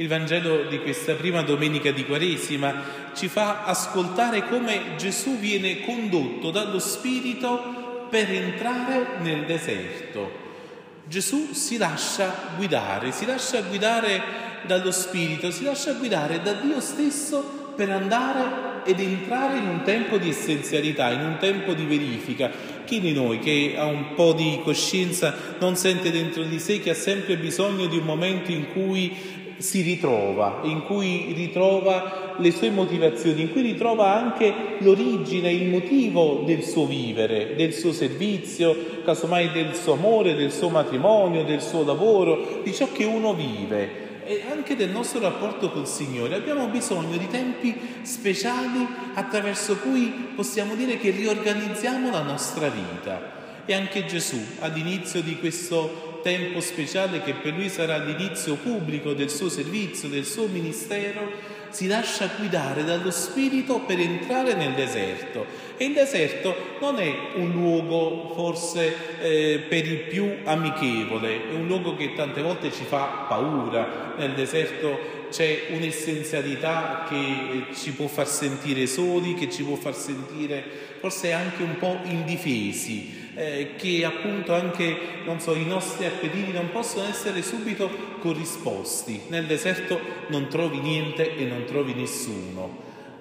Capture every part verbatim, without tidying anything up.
Il Vangelo di questa prima domenica di Quaresima ci fa ascoltare come Gesù viene condotto dallo Spirito per entrare nel deserto. Gesù si lascia guidare, si lascia guidare dallo Spirito, si lascia guidare da Dio stesso per andare ed entrare in un tempo di essenzialità, in un tempo di verifica. Chi di noi che ha un po' di coscienza non sente dentro di sé che ha sempre bisogno di un momento in cui si ritrova, in cui ritrova le sue motivazioni, in cui ritrova anche l'origine, il motivo del suo vivere, del suo servizio, casomai del suo amore, del suo matrimonio, del suo lavoro, di ciò che uno vive e anche del nostro rapporto col Signore. Abbiamo bisogno di tempi speciali attraverso cui possiamo dire che riorganizziamo la nostra vita. E anche Gesù all'inizio di questo tempo speciale, che per lui sarà l'inizio pubblico del suo servizio, del suo ministero, si lascia guidare dallo Spirito per entrare nel deserto. E il deserto non è un luogo forse eh, per il più amichevole, è un luogo che tante volte ci fa paura. Nel deserto c'è un'essenzialità che ci può far sentire soli, che ci può far sentire forse anche un po' indifesi, eh, che appunto anche, non so, i nostri appetiti non possono essere subito corrisposti. Nel deserto non trovi niente e non trovi nessuno,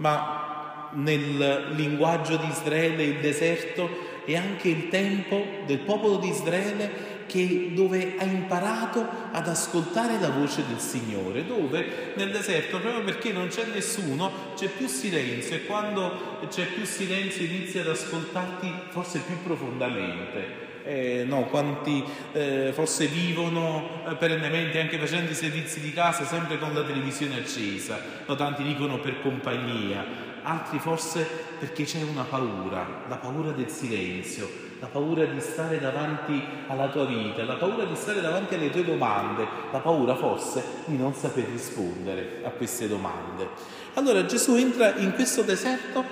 ma nel linguaggio di Israele il deserto è anche il tempo del popolo di Israele che dove ha imparato ad ascoltare la voce del Signore, dove nel deserto, proprio perché non c'è nessuno, c'è più silenzio, e quando c'è più silenzio inizi ad ascoltarti forse più profondamente. Eh, no, quanti eh, forse vivono eh, perennemente anche facendo i servizi di casa sempre con la televisione accesa, no, tanti dicono per compagnia, altri forse perché c'è una paura, la paura del silenzio, la paura di stare davanti alla tua vita, la paura di stare davanti alle tue domande, la paura forse di non saper rispondere a queste domande. Allora Gesù entra in questo deserto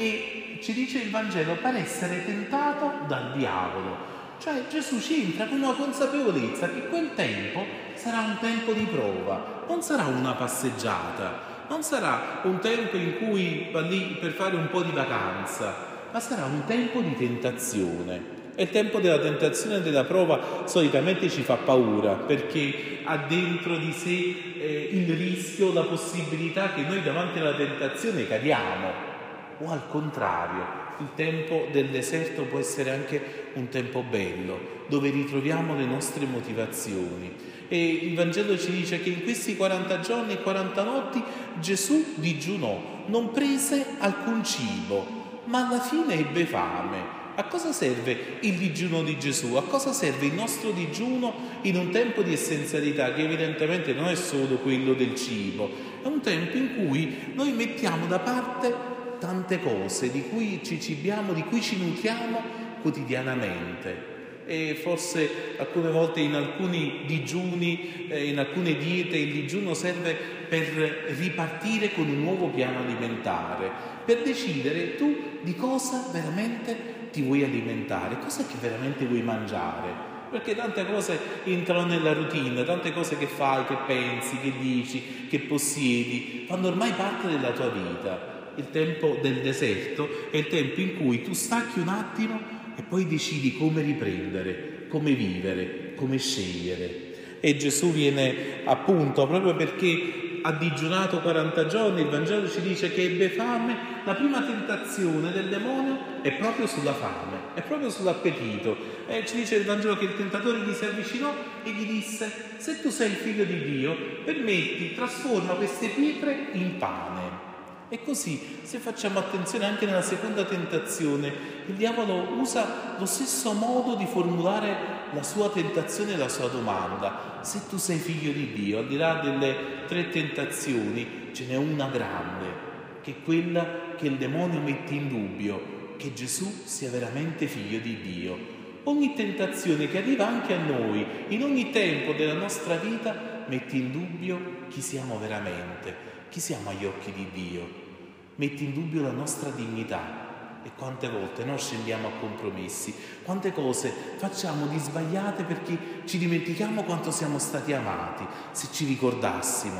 e ci dice il Vangelo per essere tentato dal diavolo. Cioè Gesù ci entra con una consapevolezza che quel tempo sarà un tempo di prova, non sarà una passeggiata, non sarà un tempo in cui va lì per fare un po' di vacanza, ma sarà un tempo di tentazione. E il tempo della tentazione e della prova solitamente ci fa paura, perché ha dentro di sé eh, il rischio, la possibilità che noi davanti alla tentazione cadiamo, o al contrario. Il tempo del deserto può essere anche un tempo bello, dove ritroviamo le nostre motivazioni. E il Vangelo ci dice che in questi quaranta giorni e quaranta notti Gesù digiunò, non prese alcun cibo, ma alla fine ebbe fame. A cosa serve il digiuno di Gesù? A cosa serve il nostro digiuno in un tempo di essenzialità che evidentemente non è solo quello del cibo, è un tempo in cui noi mettiamo da parte tante cose di cui ci cibiamo, di cui ci nutriamo quotidianamente. E forse alcune volte in alcuni digiuni, eh, in alcune diete, il digiuno serve per ripartire con un nuovo piano alimentare, per decidere tu di cosa veramente ti vuoi alimentare, cosa che veramente vuoi mangiare. Perché tante cose entrano nella routine, tante cose che fai, che pensi, che dici, che possiedi, fanno ormai parte della tua vita. Il tempo del deserto è il tempo in cui tu stacchi un attimo e poi decidi come riprendere, come vivere, come scegliere. E Gesù viene appunto proprio perché ha digiunato quaranta giorni, il Vangelo ci dice che ebbe fame. La prima tentazione del demonio è proprio sulla fame, è proprio sull'appetito. E ci dice il Vangelo che il tentatore gli si avvicinò e gli disse: se tu sei il figlio di Dio, permetti, trasforma queste pietre in pane. E così, se facciamo attenzione anche nella seconda tentazione, il diavolo usa lo stesso modo di formulare la sua tentazione e la sua domanda. Se tu sei figlio di Dio, al di là delle tre tentazioni, ce n'è una grande, che è quella che il demonio mette in dubbio, che Gesù sia veramente figlio di Dio. Ogni tentazione che arriva anche a noi, in ogni tempo della nostra vita, mette in dubbio chi siamo veramente. Chi siamo agli occhi di Dio? Metti in dubbio la nostra dignità. E quante volte noi scendiamo a compromessi, quante cose facciamo di sbagliate perché ci dimentichiamo quanto siamo stati amati, se ci ricordassimo.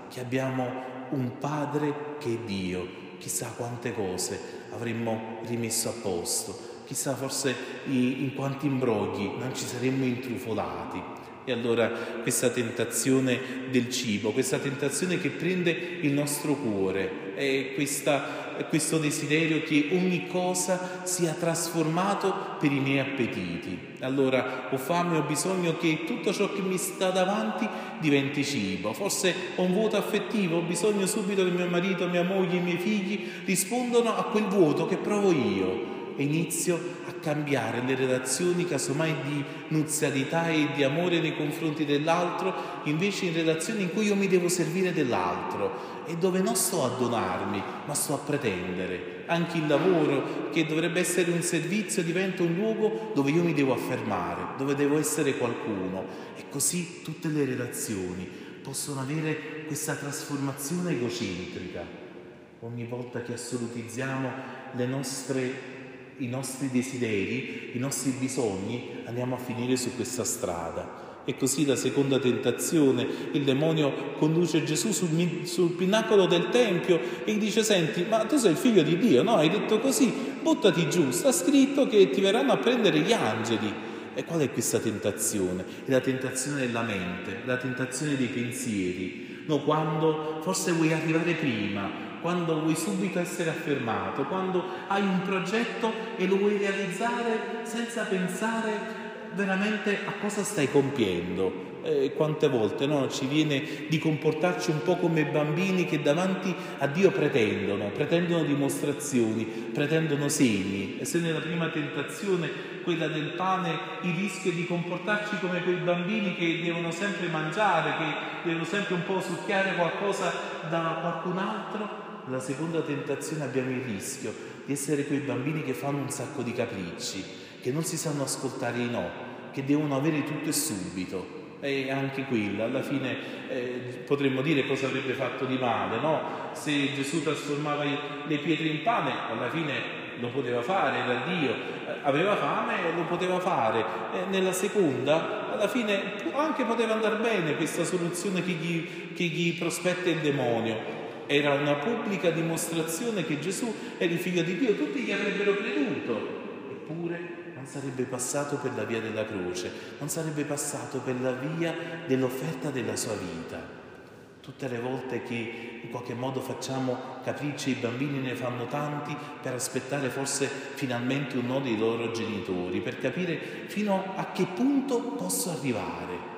che abbiamo un Padre che è Dio. Chissà quante cose avremmo rimesso a posto, chissà forse in quanti imbrogli non ci saremmo intrufolati. E allora questa tentazione del cibo, questa tentazione che prende il nostro cuore, è questa, è questo desiderio che ogni cosa sia trasformato per i miei appetiti. Allora ho fame, ho bisogno che tutto ciò che mi sta davanti diventi cibo. Forse ho un vuoto affettivo, ho bisogno subito che mio marito, mia moglie, i miei figli rispondano a quel vuoto che provo io. E inizio a cambiare le relazioni, casomai di nuzialità e di amore nei confronti dell'altro, invece in relazioni in cui io mi devo servire dell'altro e dove non sto a donarmi, ma sto a pretendere. Anche il lavoro, che dovrebbe essere un servizio, diventa un luogo dove io mi devo affermare, dove devo essere qualcuno. E così tutte le relazioni possono avere questa trasformazione egocentrica. Ogni volta che assolutizziamo le nostre i nostri desideri, i nostri bisogni, andiamo a finire su questa strada. E così la seconda tentazione, il demonio conduce Gesù sul, sul pinnacolo del Tempio e gli dice: senti, ma tu sei il figlio di Dio, no? Hai detto così, buttati giù, sta scritto che ti verranno a prendere gli angeli. E qual è questa tentazione? È la tentazione della mente, la tentazione dei pensieri. No, quando forse vuoi arrivare prima, quando vuoi subito essere affermato, quando hai un progetto e lo vuoi realizzare senza pensare veramente a cosa stai compiendo. Eh, quante volte no, ci viene di comportarci un po' come bambini che davanti a Dio pretendono, pretendono dimostrazioni, pretendono segni. E se nella prima tentazione, quella del pane, il rischio di comportarci come quei bambini che devono sempre mangiare, che devono sempre un po' succhiare qualcosa da qualcun altro, nella seconda tentazione abbiamo il rischio di essere quei bambini che fanno un sacco di capricci, che non si sanno ascoltare i no, che devono avere tutto e subito. E anche quella, alla fine eh, potremmo dire cosa avrebbe fatto di male, no? Se Gesù trasformava le pietre in pane, alla fine lo poteva fare, era Dio, aveva fame e lo poteva fare. E nella seconda, alla fine anche poteva andare bene questa soluzione che gli, che gli prospetta il demonio. Era una pubblica dimostrazione che Gesù era il figlio di Dio, tutti gli avrebbero creduto, eppure non sarebbe passato per la via della croce, non sarebbe passato per la via dell'offerta della sua vita. Tutte le volte che in qualche modo facciamo capricci, i bambini ne fanno tanti per aspettare forse finalmente un no dei loro genitori, per capire fino a che punto posso arrivare.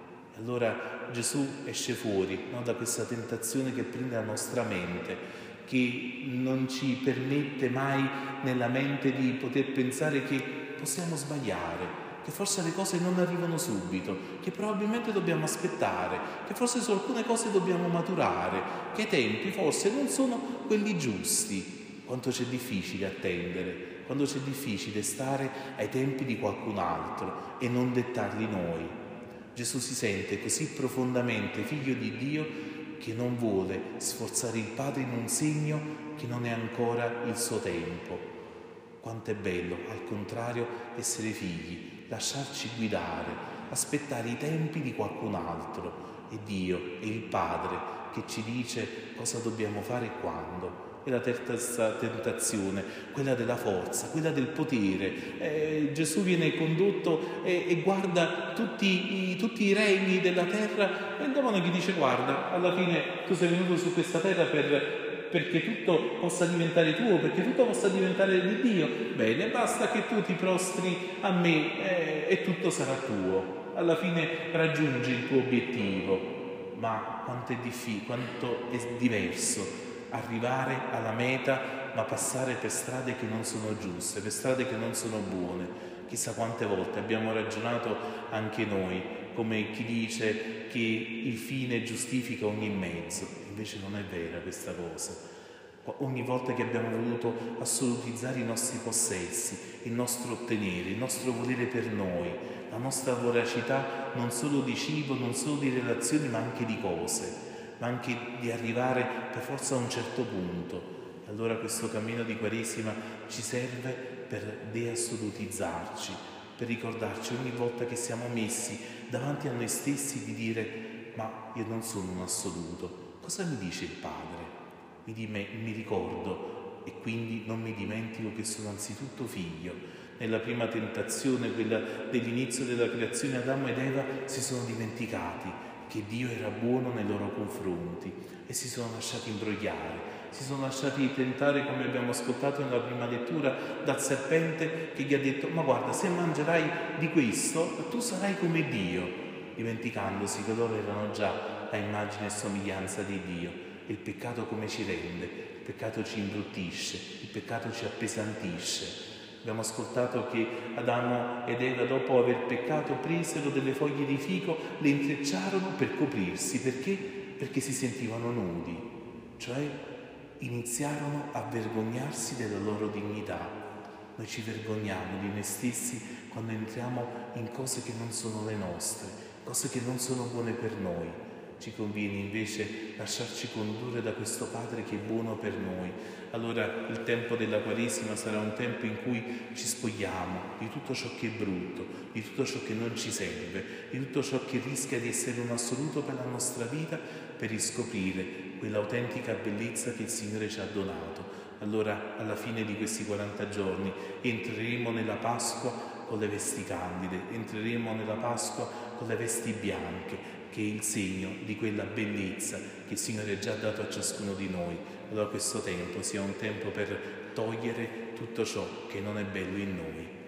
Allora Gesù esce fuori, no, da questa tentazione che prende la nostra mente, che non ci permette mai nella mente di poter pensare che possiamo sbagliare, che forse le cose non arrivano subito, che probabilmente dobbiamo aspettare, che forse su alcune cose dobbiamo maturare, che i tempi forse non sono quelli giusti. Quanto c'è difficile attendere, quando c'è difficile stare ai tempi di qualcun altro e non dettarli noi. Gesù si sente così profondamente figlio di Dio che non vuole sforzare il Padre in un segno che non è ancora il suo tempo. Quanto è bello, al contrario, essere figli, lasciarci guidare, aspettare i tempi di qualcun altro. È Dio, è il Padre che ci dice cosa dobbiamo fare e quando. E la terza tentazione, quella della forza, quella del potere. Eh, Gesù viene condotto e, e guarda tutti i, tutti i regni della terra e il demonio gli dice: guarda, alla fine tu sei venuto su questa terra per, perché tutto possa diventare tuo, perché tutto possa diventare di Dio. Bene, basta che tu ti prostri a me eh, e tutto sarà tuo. Alla fine raggiungi il tuo obiettivo. Ma quanto è difficile, quanto è diverso arrivare alla meta, ma passare per strade che non sono giuste, per strade che non sono buone. Chissà quante volte abbiamo ragionato anche noi, come chi dice che il fine giustifica ogni mezzo. Invece non è vera questa cosa. Ogni volta che abbiamo voluto assolutizzare i nostri possessi, il nostro ottenere, il nostro volere per noi, la nostra voracità non solo di cibo, non solo di relazioni, ma anche di cose, ma anche di arrivare per forza a un certo punto. E allora questo cammino di Quaresima ci serve per deassolutizzarci, per ricordarci ogni volta che siamo messi davanti a noi stessi di dire: ma io non sono un assoluto, cosa mi dice il Padre? Mi, di me, mi ricordo e quindi non mi dimentico che sono anzitutto figlio. Nella prima tentazione, quella dell'inizio della creazione, Adamo ed Eva si sono dimenticati che Dio era buono nei loro confronti e si sono lasciati imbrogliare, si sono lasciati tentare, come abbiamo ascoltato nella prima lettura, dal serpente che gli ha detto: ma guarda, se mangerai di questo tu sarai come Dio, dimenticandosi che loro erano già a immagine e somiglianza di Dio. E il peccato come ci rende? Il peccato ci imbruttisce, il peccato ci appesantisce. Abbiamo ascoltato che Adamo ed Eva, dopo aver peccato, presero delle foglie di fico, le intrecciarono per coprirsi. Perché? Perché si sentivano nudi, cioè iniziarono a vergognarsi della loro dignità. Noi ci vergogniamo di noi stessi quando entriamo in cose che non sono le nostre, cose che non sono buone per noi. Ci conviene invece lasciarci condurre da questo Padre che è buono per noi. Allora il tempo della Quaresima sarà un tempo in cui ci spogliamo di tutto ciò che è brutto, di tutto ciò che non ci serve, di tutto ciò che rischia di essere un assoluto per la nostra vita, per riscoprire quell'autentica bellezza che il Signore ci ha donato. Allora alla fine di questi quaranta giorni entreremo nella Pasqua con le vesti candide, entreremo nella Pasqua con le vesti bianche, che è il segno di quella bellezza che il Signore ha già dato a ciascuno di noi. Allora questo tempo sia un tempo per togliere tutto ciò che non è bello in noi.